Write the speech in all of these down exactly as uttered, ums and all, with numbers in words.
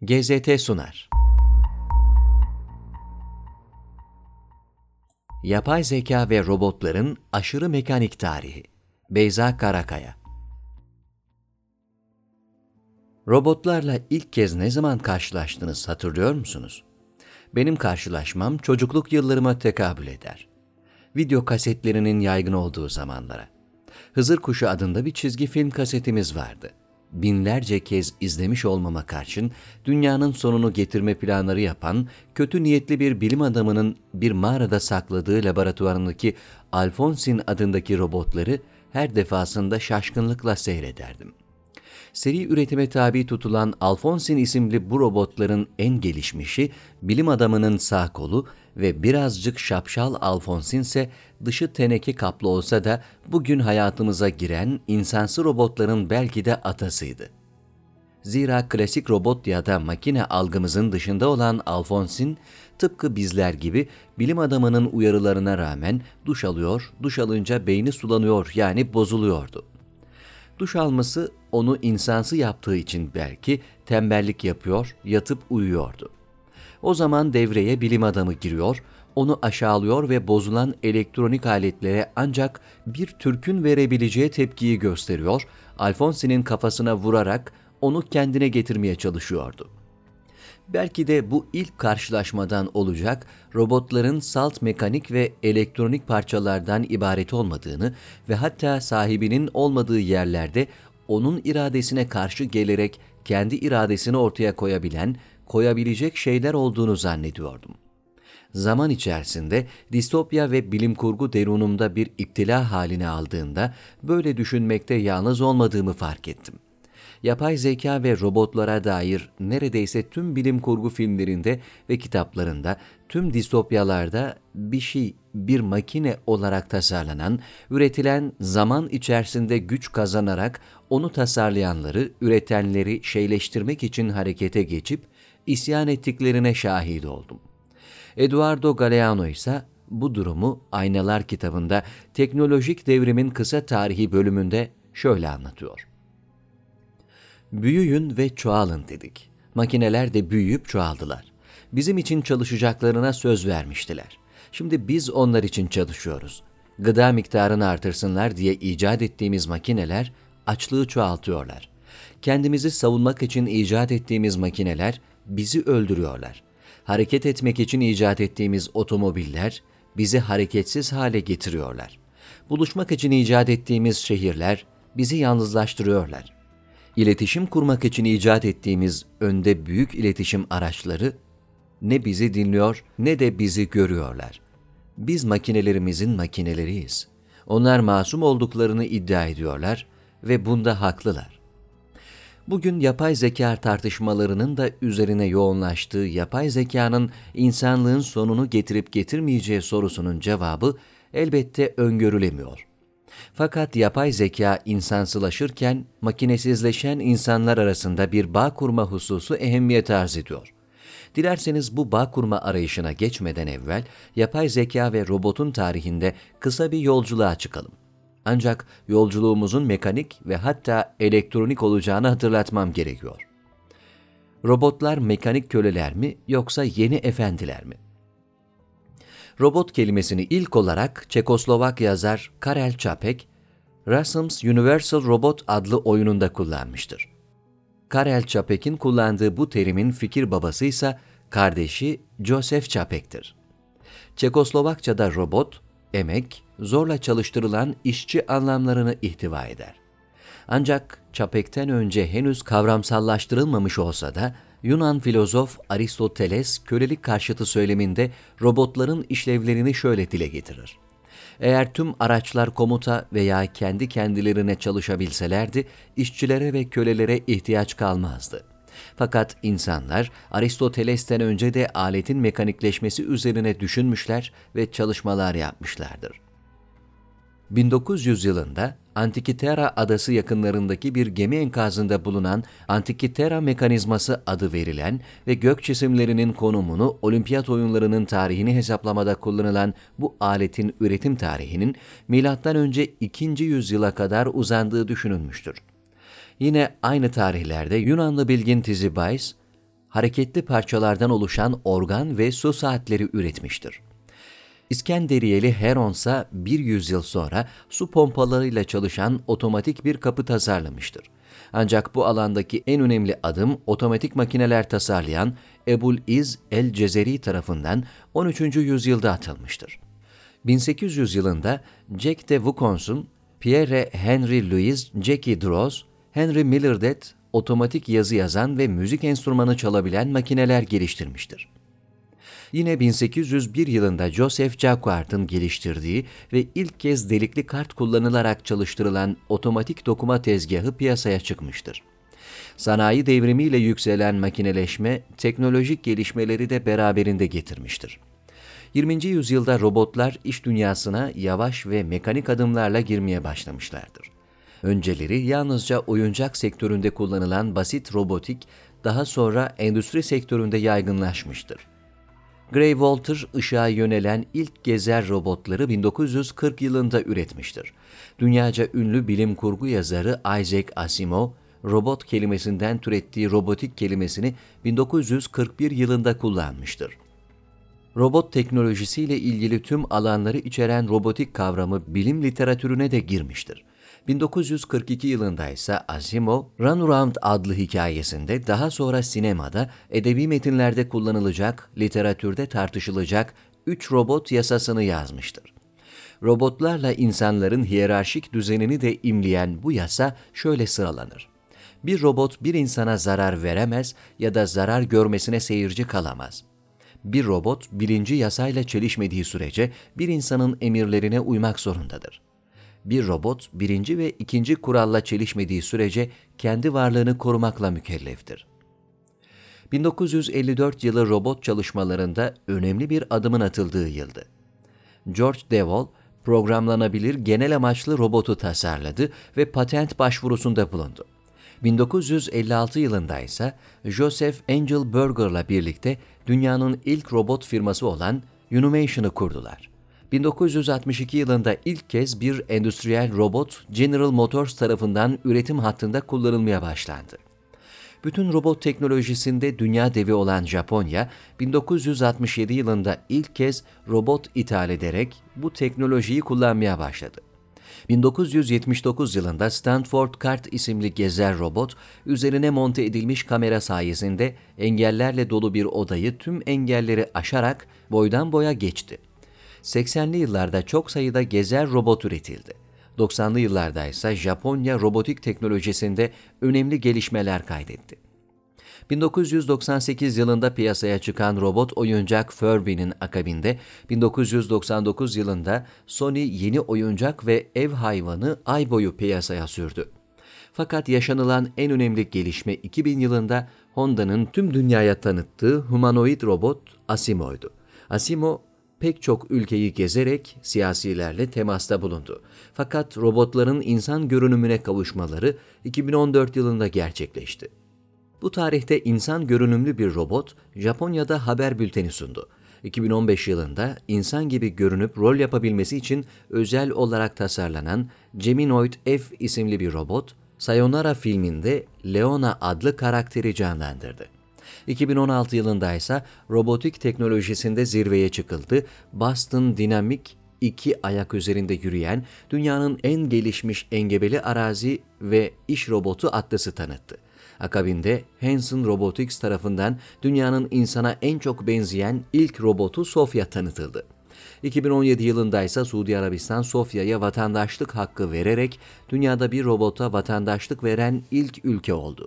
G Z T sunar. Yapay Zeka ve Robotların Aşırı Mekanik Tarihi. Beyza Karakaya. Robotlarla ilk kez ne zaman karşılaştınız hatırlıyor musunuz? Benim karşılaşmam çocukluk yıllarıma tekabül eder. Video kasetlerinin yaygın olduğu zamanlara. Hızır Kuşu adında bir çizgi film kasetimiz vardı. Binlerce kez izlemiş olmama karşın dünyanın sonunu getirme planları yapan kötü niyetli bir bilim adamının bir mağarada sakladığı laboratuvarındaki Alphonsin adındaki robotları her defasında şaşkınlıkla seyrederdim. Seri üretime tabi tutulan Alphonsin isimli bu robotların en gelişmişi bilim adamının sağ kolu ve birazcık şapşal Alphonsin ise dışı teneke kaplı olsa da bugün hayatımıza giren insansı robotların belki de atasıydı. Zira klasik robot ya da makine algımızın dışında olan Alphonsin, tıpkı bizler gibi bilim adamının uyarılarına rağmen duş alıyor, duş alınca beyni sulanıyor yani bozuluyordu. Duş alması onu insansı yaptığı için belki tembellik yapıyor, yatıp uyuyordu. O zaman devreye bilim adamı giriyor, onu aşağılıyor ve bozulan elektronik aletlere ancak bir Türk'ün verebileceği tepkiyi gösteriyor, Alphonsin'in kafasına vurarak onu kendine getirmeye çalışıyordu. Belki de bu ilk karşılaşmadan olacak robotların salt mekanik ve elektronik parçalardan ibaret olmadığını ve hatta sahibinin olmadığı yerlerde onun iradesine karşı gelerek kendi iradesini ortaya koyabilen, koyabilecek şeyler olduğunu zannediyordum. Zaman içerisinde distopya ve bilim kurgu derunumda bir iptila haline aldığında böyle düşünmekte yalnız olmadığımı fark ettim. Yapay zeka ve robotlara dair neredeyse tüm bilim kurgu filmlerinde ve kitaplarında, tüm distopyalarda bir şey, bir makine olarak tasarlanan, üretilen, zaman içerisinde güç kazanarak onu tasarlayanları, üretenleri şeyleştirmek için harekete geçip isyan ettiklerine şahit oldum. Eduardo Galeano ise bu durumu Aynalar kitabında Teknolojik Devrimin Kısa Tarihi bölümünde şöyle anlatıyor. Büyüyün ve çoğalın dedik. Makineler de büyüyüp çoğaldılar. Bizim için çalışacaklarına söz vermiştiler. Şimdi biz onlar için çalışıyoruz. Gıda miktarını artırsınlar diye icat ettiğimiz makineler açlığı çoğaltıyorlar. Kendimizi savunmak için icat ettiğimiz makineler bizi öldürüyorlar. Hareket etmek için icat ettiğimiz otomobiller bizi hareketsiz hale getiriyorlar. Buluşmak için icat ettiğimiz şehirler bizi yalnızlaştırıyorlar. İletişim kurmak için icat ettiğimiz önde büyük iletişim araçları ne bizi dinliyor ne de bizi görüyorlar. Biz makinelerimizin makineleriyiz. Onlar masum olduklarını iddia ediyorlar ve bunda haklılar. Bugün yapay zeka tartışmalarının da üzerine yoğunlaştığı yapay zekanın insanlığın sonunu getirip getirmeyeceği sorusunun cevabı elbette öngörülemiyor. Fakat yapay zeka insansılaşırken makinesizleşen insanlar arasında bir bağ kurma hususu ehemmiyet arz ediyor. Dilerseniz bu bağ kurma arayışına geçmeden evvel yapay zeka ve robotun tarihinde kısa bir yolculuğa çıkalım. Ancak yolculuğumuzun mekanik ve hatta elektronik olacağını hatırlatmam gerekiyor. Robotlar mekanik köleler mi yoksa yeni efendiler mi? Robot kelimesini ilk olarak Çekoslovak yazar Karel Čapek, Razum's Universal Robot adlı oyununda kullanmıştır. Karel Čapek'in kullandığı bu terimin fikir babası ise kardeşi Josef Čapek'tir. Çekoslovakça'da robot, emek, zorla çalıştırılan işçi anlamlarını ihtiva eder. Ancak Čapek'ten önce henüz kavramsallaştırılmamış olsa da Yunan filozof Aristoteles kölelik karşıtı söyleminde robotların işlevlerini şöyle dile getirir. Eğer tüm araçlar komuta veya kendi kendilerine çalışabilselerdi, işçilere ve kölelere ihtiyaç kalmazdı. Fakat insanlar Aristoteles'ten önce de aletin mekanikleşmesi üzerine düşünmüşler ve çalışmalar yapmışlardır. bin dokuz yüz yılında Antikythera adası yakınlarındaki bir gemi enkazında bulunan Antikythera mekanizması adı verilen ve gök cisimlerinin konumunu olimpiyat oyunlarının tarihini hesaplamada kullanılan bu aletin üretim tarihinin milattan önce ikinci yüzyıla kadar uzandığı düşünülmüştür. Yine aynı tarihlerde Yunanlı bilgin Tizibais, hareketli parçalardan oluşan organ ve su saatleri üretmiştir. İskenderiyeli Heron ise bir yüzyıl sonra su pompalarıyla çalışan otomatik bir kapı tasarlamıştır. Ancak bu alandaki en önemli adım otomatik makineler tasarlayan Ebul İz el-Cezeri tarafından on üçüncü yüzyılda atılmıştır. bin sekiz yüz yılında Jack de Vaucanson, Pierre Henry Louis Jackie Droz, Henry Millardet otomatik yazı yazan ve müzik enstrümanı çalabilen makineler geliştirmiştir. Yine bin sekiz yüz bir yılında Joseph Jacquard'ın geliştirdiği ve ilk kez delikli kart kullanılarak çalıştırılan otomatik dokuma tezgahı piyasaya çıkmıştır. Sanayi devrimiyle yükselen makineleşme, teknolojik gelişmeleri de beraberinde getirmiştir. yirminci yüzyılda robotlar iş dünyasına yavaş ve mekanik adımlarla girmeye başlamışlardır. Önceleri yalnızca oyuncak sektöründe kullanılan basit robotik, daha sonra endüstri sektöründe yaygınlaşmıştır. Gray Walter, ışığa yönelen ilk gezer robotları bin dokuz yüz kırk yılında üretmiştir. Dünyaca ünlü bilim kurgu yazarı Isaac Asimov, robot kelimesinden türettiği robotik kelimesini bin dokuz yüz kırk bir yılında kullanmıştır. Robot teknolojisiyle ilgili tüm alanları içeren robotik kavramı bilim literatürüne de girmiştir. bin dokuz yüz kırk iki yılında ise Asimov, Runaround adlı hikayesinde daha sonra sinemada, edebi metinlerde kullanılacak, literatürde tartışılacak üç robot yasasını yazmıştır. Robotlarla insanların hiyerarşik düzenini de imleyen bu yasa şöyle sıralanır. Bir robot bir insana zarar veremez ya da zarar görmesine seyirci kalamaz. Bir robot birinci yasayla çelişmediği sürece bir insanın emirlerine uymak zorundadır. Bir robot birinci ve ikinci kuralla çelişmediği sürece kendi varlığını korumakla mükelleftir. bin dokuz yüz elli dört yılı robot çalışmalarında önemli bir adımın atıldığı yıldı. George Devol, programlanabilir genel amaçlı robotu tasarladı ve patent başvurusunda bulundu. bin dokuz yüz elli altı yılında ise Joseph Angel Berger'la birlikte dünyanın ilk robot firması olan Unimation'ı kurdular. bin dokuz yüz altmış iki yılında ilk kez bir endüstriyel robot General Motors tarafından üretim hattında kullanılmaya başlandı. Bütün robot teknolojisinde dünya devi olan Japonya, bin dokuz yüz altmış yedi yılında ilk kez robot ithal ederek bu teknolojiyi kullanmaya başladı. bin dokuz yüz yetmiş dokuz yılında Stanford Cart isimli gezer robot, üzerine monte edilmiş kamera sayesinde engellerle dolu bir odayı tüm engelleri aşarak boydan boya geçti. seksenli yıllarda çok sayıda gezer robot üretildi. doksanlı yıllarda ise Japonya robotik teknolojisinde önemli gelişmeler kaydetti. bin dokuz yüz doksan sekiz yılında piyasaya çıkan robot oyuncak Furby'nin akabinde bin dokuz yüz doksan dokuz yılında Sony yeni oyuncak ve ev hayvanı Aibo'yu piyasaya sürdü. Fakat yaşanılan en önemli gelişme iki bin yılında Honda'nın tüm dünyaya tanıttığı humanoid robot Asimov'du. Asimov pek çok ülkeyi gezerek siyasilerle temasta bulundu. Fakat robotların insan görünümüne kavuşmaları iki bin on dört yılında gerçekleşti. Bu tarihte insan görünümlü bir robot Japonya'da haber bülteni sundu. iki bin on beş yılında insan gibi görünüp rol yapabilmesi için özel olarak tasarlanan Geminoid F isimli bir robot, Sayonara filminde Leona adlı karakteri canlandırdı. iki bin on altı yılında ise robotik teknolojisinde zirveye çıkıldı. Boston Dynamics iki ayak üzerinde yürüyen dünyanın en gelişmiş engebeli arazi ve iş robotu Atlas'ı tanıttı. Akabinde Hanson Robotics tarafından dünyanın insana en çok benzeyen ilk robotu Sofia tanıtıldı. iki bin on yedi yılında ise Suudi Arabistan Sofia'ya vatandaşlık hakkı vererek dünyada bir robota vatandaşlık veren ilk ülke oldu.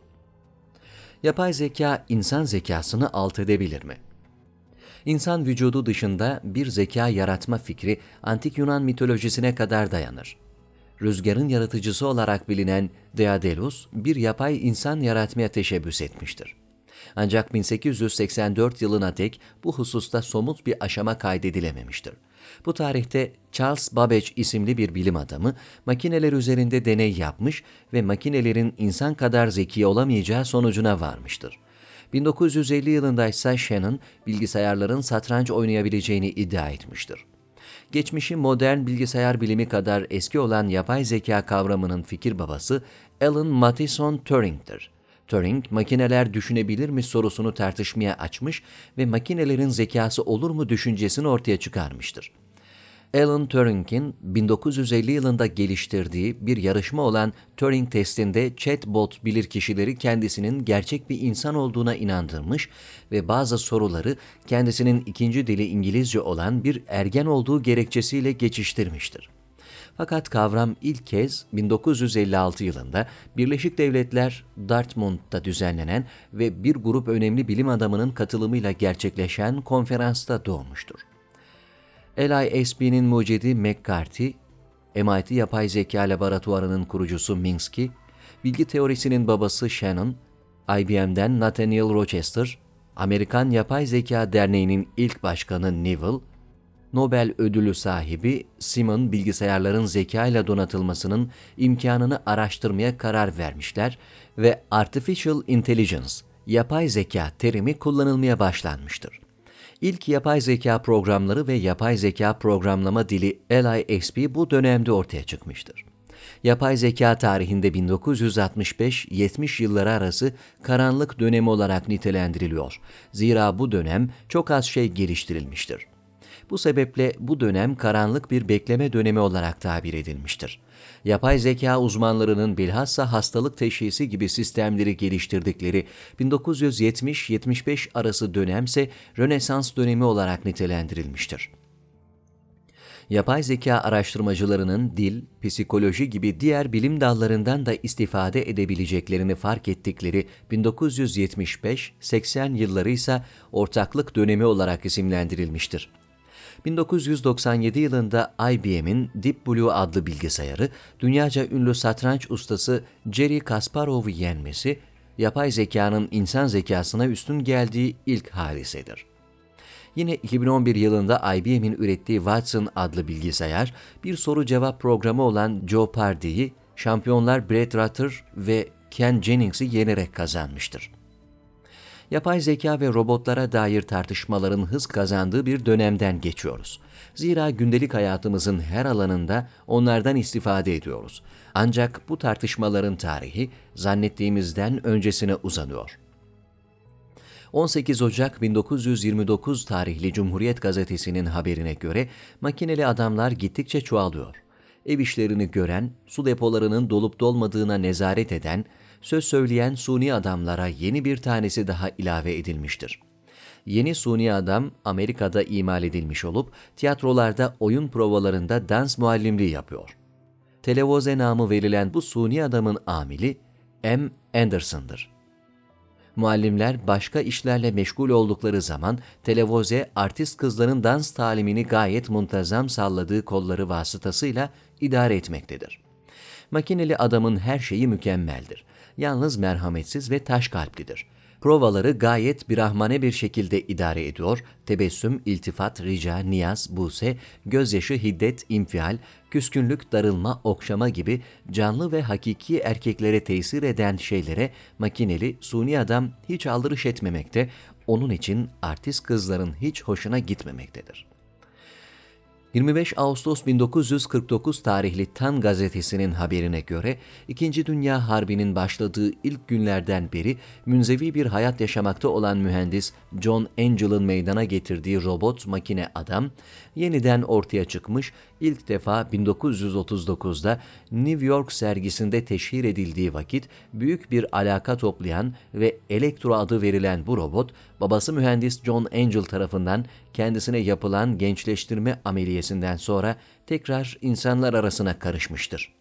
Yapay zeka insan zekasını alt edebilir mi? İnsan vücudu dışında bir zeka yaratma fikri antik Yunan mitolojisine kadar dayanır. Rüzgarın yaratıcısı olarak bilinen Daedalus, bir yapay insan yaratmaya teşebbüs etmiştir. Ancak bin sekiz yüz seksen dört yılına dek bu hususta somut bir aşama kaydedilememiştir. Bu tarihte Charles Babbage isimli bir bilim adamı makineler üzerinde deney yapmış ve makinelerin insan kadar zeki olamayacağı sonucuna varmıştır. bin dokuz yüz elli yılında ise Shannon bilgisayarların satranç oynayabileceğini iddia etmiştir. Geçmişi modern bilgisayar bilimi kadar eski olan yapay zeka kavramının fikir babası Alan Matheson Turing'tir. Turing, makineler düşünebilir mi sorusunu tartışmaya açmış ve makinelerin zekası olur mu düşüncesini ortaya çıkarmıştır. Alan Turing'in bin dokuz yüz elli yılında geliştirdiği bir yarışma olan Turing testinde chatbot bilirkişileri kendisinin gerçek bir insan olduğuna inandırmış ve bazı soruları kendisinin ikinci dili İngilizce olan bir ergen olduğu gerekçesiyle geçiştirmiştir. Fakat kavram ilk kez bin dokuz yüz elli altı yılında Birleşik Devletler Dartmouth'ta düzenlenen ve bir grup önemli bilim adamının katılımıyla gerçekleşen konferansta doğmuştur. L I S P'nin mucidi McCarthy, M I T Yapay Zeka Laboratuvarı'nın kurucusu Minsky, bilgi teorisinin babası Shannon, I B M'den Nathaniel Rochester, Amerikan Yapay Zeka Derneği'nin ilk başkanı Neville, Nobel ödülü sahibi Simon bilgisayarların zeka ile donatılmasının imkanını araştırmaya karar vermişler ve Artificial Intelligence, yapay zeka terimi kullanılmaya başlanmıştır. İlk yapay zeka programları ve yapay zeka programlama dili L I S P bu dönemde ortaya çıkmıştır. Yapay zeka tarihinde bin dokuz yüz altmış beş yetmiş yılları arası karanlık dönemi olarak nitelendiriliyor. Zira bu dönem çok az şey geliştirilmiştir. Bu sebeple bu dönem karanlık bir bekleme dönemi olarak tabir edilmiştir. Yapay zeka uzmanlarının bilhassa hastalık teşhisi gibi sistemleri geliştirdikleri bin dokuz yüz yetmiş yetmiş beş arası dönemse Rönesans dönemi olarak nitelendirilmiştir. Yapay zeka araştırmacılarının dil, psikoloji gibi diğer bilim dallarından da istifade edebileceklerini fark ettikleri bin dokuz yüz yetmiş beş seksen yılları ise ortaklık dönemi olarak isimlendirilmiştir. bin dokuz yüz doksan yedi yılında I B M'in Deep Blue adlı bilgisayarı, dünyaca ünlü satranç ustası Garry Kasparov'u yenmesi, yapay zekanın insan zekasına üstün geldiği ilk hadisedir. Yine iki bin on bir yılında I B M'in ürettiği Watson adlı bilgisayar, bir soru-cevap programı olan Jeopardy'yi şampiyonlar Brett Rutter ve Ken Jennings'i yenerek kazanmıştır. Yapay zeka ve robotlara dair tartışmaların hız kazandığı bir dönemden geçiyoruz. Zira gündelik hayatımızın her alanında onlardan istifade ediyoruz. Ancak bu tartışmaların tarihi zannettiğimizden öncesine uzanıyor. on sekiz Ocak bin dokuz yüz yirmi dokuz tarihli Cumhuriyet Gazetesi'nin haberine göre makineli adamlar gittikçe çoğalıyor. Ev işlerini gören, su depolarının dolup dolmadığına nezaret eden, söz söyleyen suni adamlara yeni bir tanesi daha ilave edilmiştir. Yeni suni adam Amerika'da imal edilmiş olup tiyatrolarda oyun provalarında dans muallimliği yapıyor. Televoze namı verilen bu suni adamın amili M. Anderson'dır. Muallimler başka işlerle meşgul oldukları zaman televoze artist kızların dans talimini gayet muntazam salladığı kolları vasıtasıyla idare etmektedir. Makineli adamın her şeyi mükemmeldir. Yalnız merhametsiz ve taş kalplidir. Provaları gayet birahmane bir şekilde idare ediyor, tebessüm, iltifat, rica, niyaz, buse, gözyaşı, hiddet, infial, küskünlük, darılma, okşama gibi canlı ve hakiki erkeklere tesir eden şeylere makineli, suni adam hiç aldırış etmemekte, onun için artist kızların hiç hoşuna gitmemektedir. yirmi beş Ağustos bin dokuz yüz kırk dokuz tarihli Tan gazetesinin haberine göre, İkinci Dünya Harbi'nin başladığı ilk günlerden beri münzevi bir hayat yaşamakta olan mühendis John Angel'ın meydana getirdiği robot makine adam, yeniden ortaya çıkmış, ilk defa bin dokuz yüz otuz dokuzda New York sergisinde teşhir edildiği vakit büyük bir alaka toplayan ve Elektro adı verilen bu robot, babası mühendis John Angel tarafından kendisine yapılan gençleştirme ameliyesinden sonra tekrar insanlar arasına karışmıştır.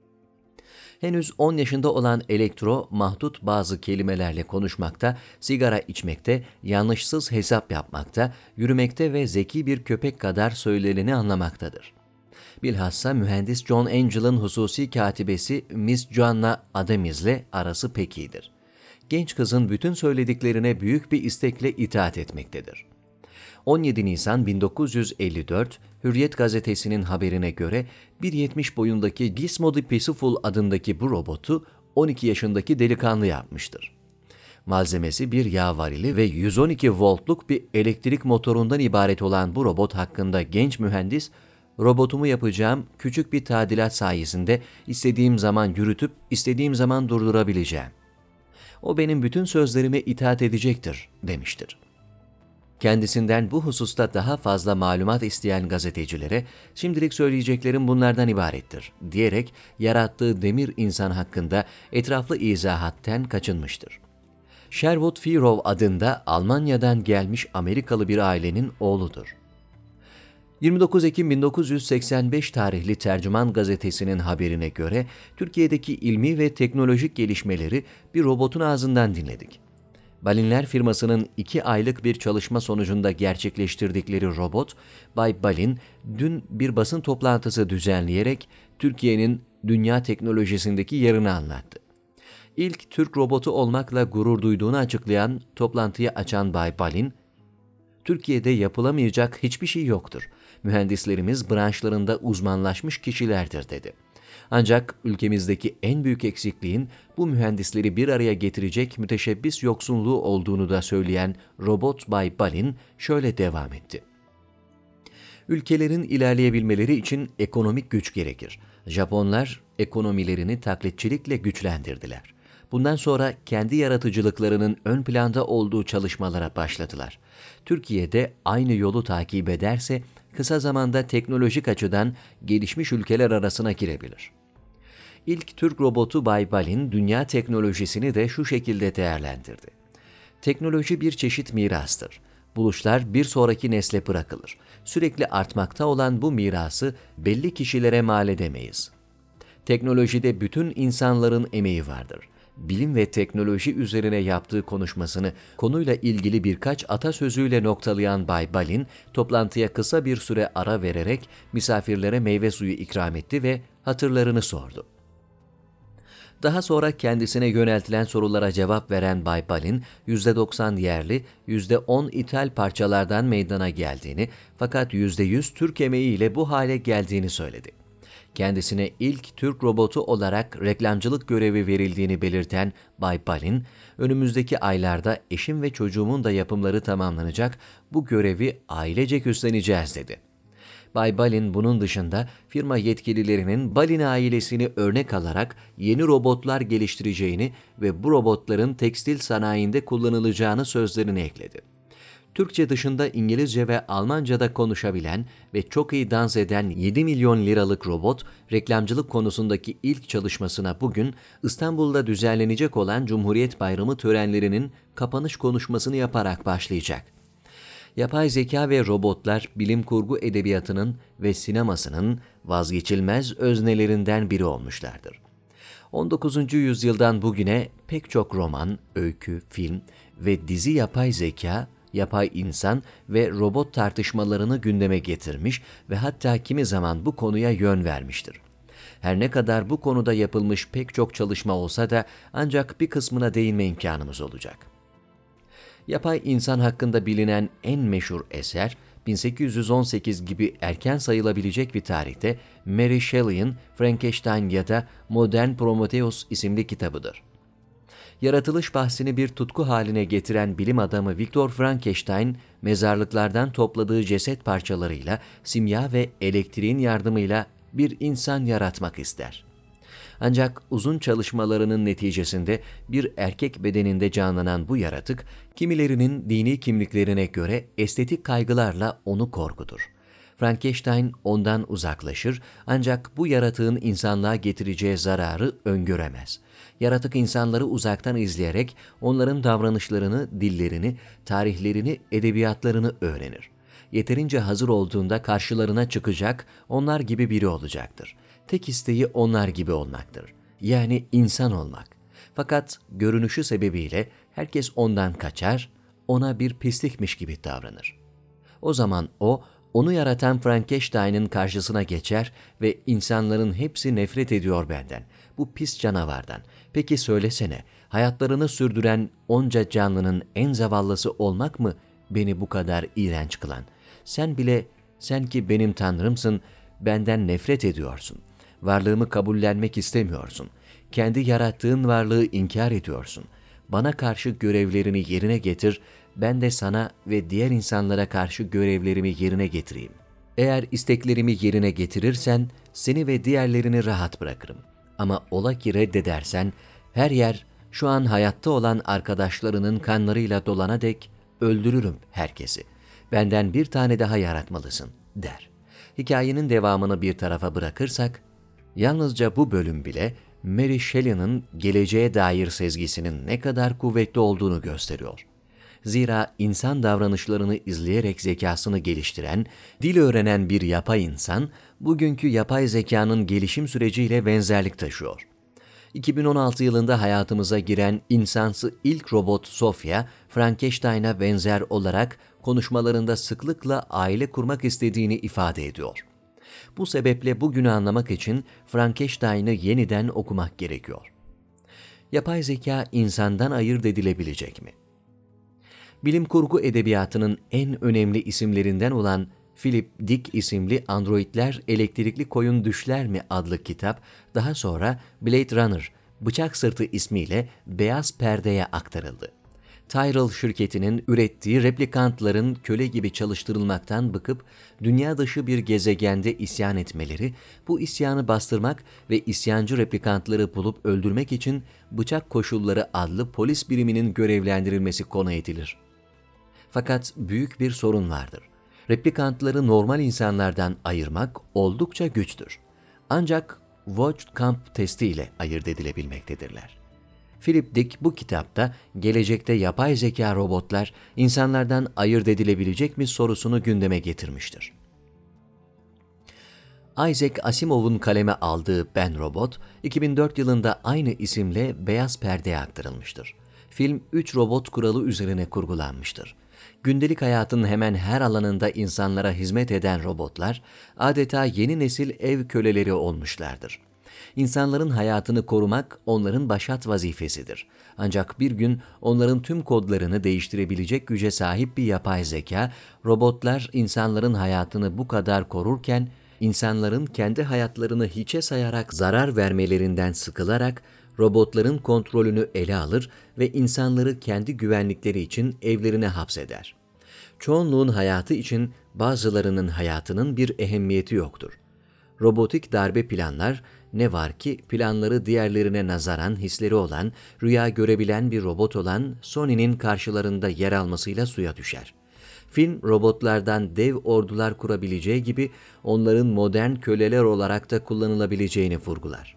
Henüz on yaşında olan Elektro, mahdut bazı kelimelerle konuşmakta, sigara içmekte, yanlışsız hesap yapmakta, yürümekte ve zeki bir köpek kadar söyleneni anlamaktadır. Bilhassa mühendis John Angel'ın hususi katibesi Miss Joanna Adams'le arası pek iyidir. Genç kızın bütün söylediklerine büyük bir istekle itaat etmektedir. on yedi Nisan bin dokuz yüz elli dört, Hürriyet gazetesinin haberine göre bir yetmiş boyundaki Gizmo the Peaceful adındaki bu robotu on iki yaşındaki delikanlı yapmıştır. Malzemesi bir yağ varili ve yüz on iki voltluk bir elektrik motorundan ibaret olan bu robot hakkında genç mühendis, robotumu yapacağım küçük bir tadilat sayesinde istediğim zaman yürütüp istediğim zaman durdurabileceğim. O benim bütün sözlerime itaat edecektir demiştir. Kendisinden bu hususta daha fazla malumat isteyen gazetecilere şimdilik söyleyeceklerim bunlardan ibarettir diyerek yarattığı demir insan hakkında etraflı izahatten kaçınmıştır. Sherwood Firov adında Almanya'dan gelmiş Amerikalı bir ailenin oğludur. yirmi dokuz Ekim bin dokuz yüz seksen beş tarihli Tercüman gazetesinin haberine göre Türkiye'deki ilmi ve teknolojik gelişmeleri bir robotun ağzından dinledik. Balinler firmasının iki aylık bir çalışma sonucunda gerçekleştirdikleri robot, Bay Balin, dün bir basın toplantısı düzenleyerek Türkiye'nin dünya teknolojisindeki yerini anlattı. İlk Türk robotu olmakla gurur duyduğunu açıklayan, toplantıyı açan Bay Balin, "Türkiye'de yapılamayacak hiçbir şey yoktur. Mühendislerimiz branşlarında uzmanlaşmış kişilerdir," dedi. Ancak ülkemizdeki en büyük eksikliğin bu mühendisleri bir araya getirecek müteşebbis yoksunluğu olduğunu da söyleyen robot Bay Balin şöyle devam etti. Ülkelerin ilerleyebilmeleri için ekonomik güç gerekir. Japonlar ekonomilerini taklitçilikle güçlendirdiler. Bundan sonra kendi yaratıcılıklarının ön planda olduğu çalışmalara başladılar. Türkiye'de aynı yolu takip ederse kısa zamanda teknolojik açıdan gelişmiş ülkeler arasına girebilir. İlk Türk robotu Bay Balin dünya teknolojisini de şu şekilde değerlendirdi. Teknoloji bir çeşit mirastır. Buluşlar bir sonraki nesle bırakılır. Sürekli artmakta olan bu mirası belli kişilere mal edemeyiz. Teknolojide bütün insanların emeği vardır. Bilim ve teknoloji üzerine yaptığı konuşmasını konuyla ilgili birkaç atasözüyle noktalayan Bay Balin, toplantıya kısa bir süre ara vererek misafirlere meyve suyu ikram etti ve hatırlarını sordu. Daha sonra kendisine yöneltilen sorulara cevap veren Bay Balin, yüzde doksan yerli, yüzde on ithal parçalardan meydana geldiğini fakat yüzde yüz Türk emeğiyle bu hale geldiğini söyledi. Kendisine ilk Türk robotu olarak reklamcılık görevi verildiğini belirten Bay Balin, önümüzdeki aylarda eşim ve çocuğumun da yapımları tamamlanacak, bu görevi ailecek üstleneceğiz dedi. Bay Balin bunun dışında firma yetkililerinin Balin ailesini örnek alarak yeni robotlar geliştireceğini ve bu robotların tekstil sanayinde kullanılacağını sözlerine ekledi. Türkçe dışında İngilizce ve Almanca'da konuşabilen ve çok iyi dans eden yedi milyon liralık robot, reklamcılık konusundaki ilk çalışmasına bugün İstanbul'da düzenlenecek olan Cumhuriyet Bayramı törenlerinin kapanış konuşmasını yaparak başlayacak. Yapay zeka ve robotlar bilim kurgu edebiyatının ve sinemasının vazgeçilmez öznelerinden biri olmuşlardır. on dokuzuncu yüzyıldan bugüne pek çok roman, öykü, film ve dizi yapay zeka, yapay insan ve robot tartışmalarını gündeme getirmiş ve hatta kimi zaman bu konuya yön vermiştir. Her ne kadar bu konuda yapılmış pek çok çalışma olsa da ancak bir kısmına değinme imkanımız olacak. Yapay insan hakkında bilinen en meşhur eser, bin sekiz yüz on sekiz gibi erken sayılabilecek bir tarihte Mary Shelley'in Frankenstein ya da Modern Prometheus isimli kitabıdır. Yaratılış bahsini bir tutku haline getiren bilim adamı Victor Frankenstein, mezarlıklardan topladığı ceset parçalarıyla, simya ve elektriğin yardımıyla bir insan yaratmak ister. Ancak uzun çalışmalarının neticesinde bir erkek bedeninde canlanan bu yaratık, kimilerinin dini kimliklerine göre estetik kaygılarla onu korkutur. Frankenstein ondan uzaklaşır ancak bu yaratığın insanlığa getireceği zararı öngöremez. Yaratık insanları uzaktan izleyerek onların davranışlarını, dillerini, tarihlerini, edebiyatlarını öğrenir. Yeterince hazır olduğunda karşılarına çıkacak, onlar gibi biri olacaktır. Tek isteği onlar gibi olmaktır. Yani insan olmak. Fakat görünüşü sebebiyle herkes ondan kaçar, ona bir pislikmiş gibi davranır. O zaman o, onu yaratan Frankenstein'ın karşısına geçer ve insanların hepsi nefret ediyor benden, bu pis canavardan. Peki söylesene, hayatlarını sürdüren onca canlının en zavallısı olmak mı beni bu kadar iğrenç kılan? Sen bile, sen ki benim tanrımsın, benden nefret ediyorsun. Varlığımı kabullenmek istemiyorsun. Kendi yarattığın varlığı inkar ediyorsun. Bana karşı görevlerini yerine getir, ben de sana ve diğer insanlara karşı görevlerimi yerine getireyim. Eğer isteklerimi yerine getirirsen, seni ve diğerlerini rahat bırakırım. Ama ola ki reddedersen, her yer Şu an hayatta olan arkadaşlarının kanlarıyla dolana dek öldürürüm herkesi. Benden bir tane daha yaratmalısın, der. Hikayenin devamını bir tarafa bırakırsak, yalnızca bu bölüm bile Mary Shelley'nin geleceğe dair sezgisinin ne kadar kuvvetli olduğunu gösteriyor. Zira insan davranışlarını izleyerek zekasını geliştiren, dil öğrenen bir yapay insan, bugünkü yapay zekanın gelişim süreciyle benzerlik taşıyor. iki bin on altı yılında hayatımıza giren insansı ilk robot Sophia, Frankenstein'a benzer olarak konuşmalarında sıklıkla aile kurmak istediğini ifade ediyor. Bu sebeple bugünü anlamak için Frankenstein'ı yeniden okumak gerekiyor. Yapay zeka insandan ayırt edilebilecek mi? Bilim kurgu edebiyatının en önemli isimlerinden olan Philip Dick isimli Androidler Elektrikli Koyun Düşler mi adlı kitap, daha sonra Blade Runner, Bıçak Sırtı ismiyle beyaz perdeye aktarıldı. Tyrell şirketinin ürettiği replikantların köle gibi çalıştırılmaktan bıkıp dünya dışı bir gezegende isyan etmeleri, bu isyanı bastırmak ve isyancı replikantları bulup öldürmek için Bıçak Koşulları adlı polis biriminin görevlendirilmesi konu edilir. Fakat büyük bir sorun vardır. Replikantları normal insanlardan ayırmak oldukça güçtür. Ancak Vogt-Kampf testi ile ayırt edilebilmektedirler. Philip Dick bu kitapta gelecekte yapay zeka robotlar insanlardan ayırt edilebilecek mi sorusunu gündeme getirmiştir. Isaac Asimov'un kaleme aldığı Ben Robot, iki bin dört yılında aynı isimle beyaz perdeye aktarılmıştır. Film üç robot kuralı üzerine kurgulanmıştır. Gündelik hayatın hemen her alanında insanlara hizmet eden robotlar, adeta yeni nesil ev köleleri olmuşlardır. İnsanların hayatını korumak onların başat vazifesidir. Ancak bir gün onların tüm kodlarını değiştirebilecek güce sahip bir yapay zeka, robotlar insanların hayatını bu kadar korurken, insanların kendi hayatlarını hiçe sayarak zarar vermelerinden sıkılarak, robotların kontrolünü ele alır ve insanları kendi güvenlikleri için evlerine hapseder. Çoğunluğun hayatı için bazılarının hayatının bir ehemmiyeti yoktur. Robotik darbe planlar, ne var ki planları diğerlerine nazaran hisleri olan, rüya görebilen bir robot olan Sony'nin karşılarında yer almasıyla suya düşer. Film, robotlardan dev ordular kurabileceği gibi onların modern köleler olarak da kullanılabileceğini vurgular.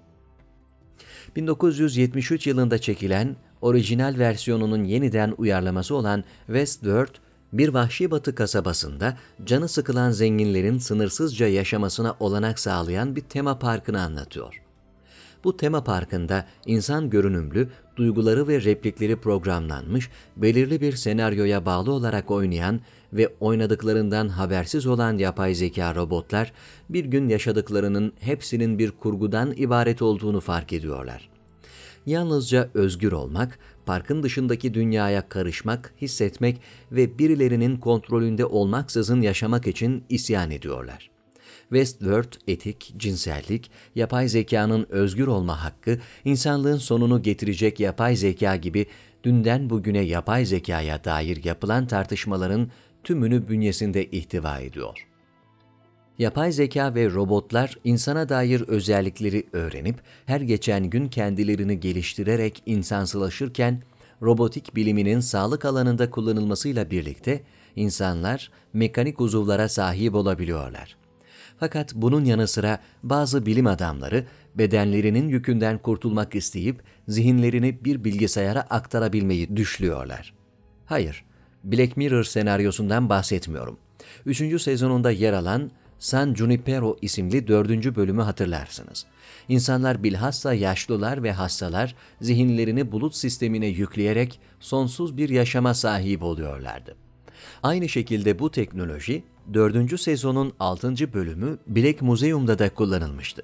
bin dokuz yüz yetmiş üç yılında çekilen, orijinal versiyonunun yeniden uyarlaması olan Westworld, bir vahşi batı kasabasında canı sıkılan zenginlerin sınırsızca yaşamasına olanak sağlayan bir tema parkını anlatıyor. Bu tema parkında insan görünümlü, duyguları ve replikleri programlanmış, belirli bir senaryoya bağlı olarak oynayan ve oynadıklarından habersiz olan yapay zeka robotlar, bir gün yaşadıklarının hepsinin bir kurgudan ibaret olduğunu fark ediyorlar. Yalnızca özgür olmak, parkın dışındaki dünyaya karışmak, hissetmek ve birilerinin kontrolünde olmaksızın yaşamak için isyan ediyorlar. Westworld, etik, cinsellik, yapay zekanın özgür olma hakkı, insanlığın sonunu getirecek yapay zeka gibi dünden bugüne yapay zekaya dair yapılan tartışmaların tümünü bünyesinde ihtiva ediyor. Yapay zeka ve robotlar insana dair özellikleri öğrenip her geçen gün kendilerini geliştirerek insansılaşırken, robotik biliminin sağlık alanında kullanılmasıyla birlikte insanlar mekanik uzuvlara sahip olabiliyorlar. Fakat bunun yanı sıra bazı bilim adamları bedenlerinin yükünden kurtulmak isteyip zihinlerini bir bilgisayara aktarabilmeyi düşlüyorlar. Hayır, Black Mirror senaryosundan bahsetmiyorum. Üçüncü sezonunda yer alan San Junipero isimli dördüncü bölümü hatırlarsınız. İnsanlar, bilhassa yaşlılar ve hastalar, zihinlerini bulut sistemine yükleyerek sonsuz bir yaşama sahip oluyorlardı. Aynı şekilde bu teknoloji, dördüncü sezonun altıncı bölümü Black Museum'da da kullanılmıştı.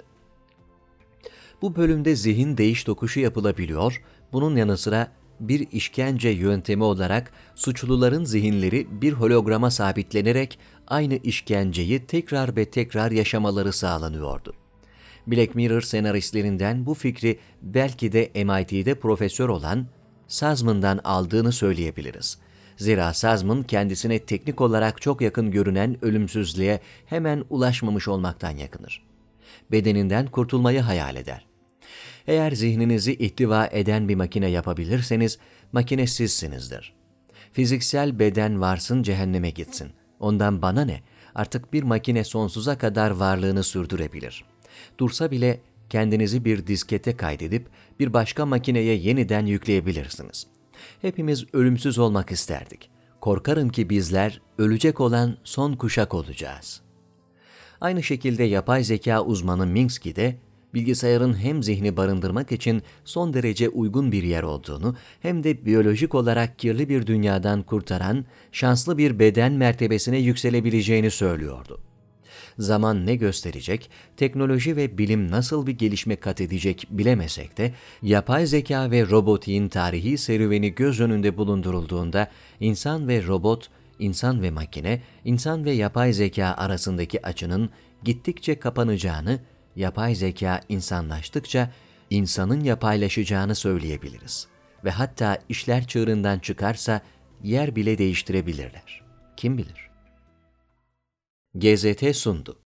Bu bölümde zihin değiş tokuşu yapılabiliyor, bunun yanı sıra bir işkence yöntemi olarak suçluların zihinleri bir holograma sabitlenerek aynı işkenceyi tekrar ve tekrar yaşamaları sağlanıyordu. Black Mirror senaristlerinden bu fikri belki de M I T'de profesör olan Sazman'dan aldığını söyleyebiliriz. Zira Sazman kendisine teknik olarak çok yakın görünen ölümsüzlüğe hemen ulaşmamış olmaktan yakınır. Bedeninden kurtulmayı hayal eder. Eğer zihninizi ihtiva eden bir makine yapabilirseniz, makine sizsinizdir. Fiziksel beden varsın cehenneme gitsin. Ondan bana ne? Artık bir makine sonsuza kadar varlığını sürdürebilir. Dursa bile kendinizi bir diskete kaydedip bir başka makineye yeniden yükleyebilirsiniz. Hepimiz ölümsüz olmak isterdik. Korkarım ki bizler ölecek olan son kuşak olacağız. Aynı şekilde yapay zeka uzmanı Minsky de bilgisayarın hem zihni barındırmak için son derece uygun bir yer olduğunu hem de biyolojik olarak kirli bir dünyadan kurtaran şanslı bir beden mertebesine yükselebileceğini söylüyordu. Zaman ne gösterecek, teknoloji ve bilim nasıl bir gelişme kat edecek bilemesek de, yapay zeka ve robotiğin tarihi serüveni göz önünde bulundurulduğunda, insan ve robot, insan ve makine, insan ve yapay zeka arasındaki açının gittikçe kapanacağını, yapay zeka insanlaştıkça insanın yapaylaşacağını söyleyebiliriz. Ve hatta işler çığırından çıkarsa yer bile değiştirebilirler. Kim bilir? G Z T sundu.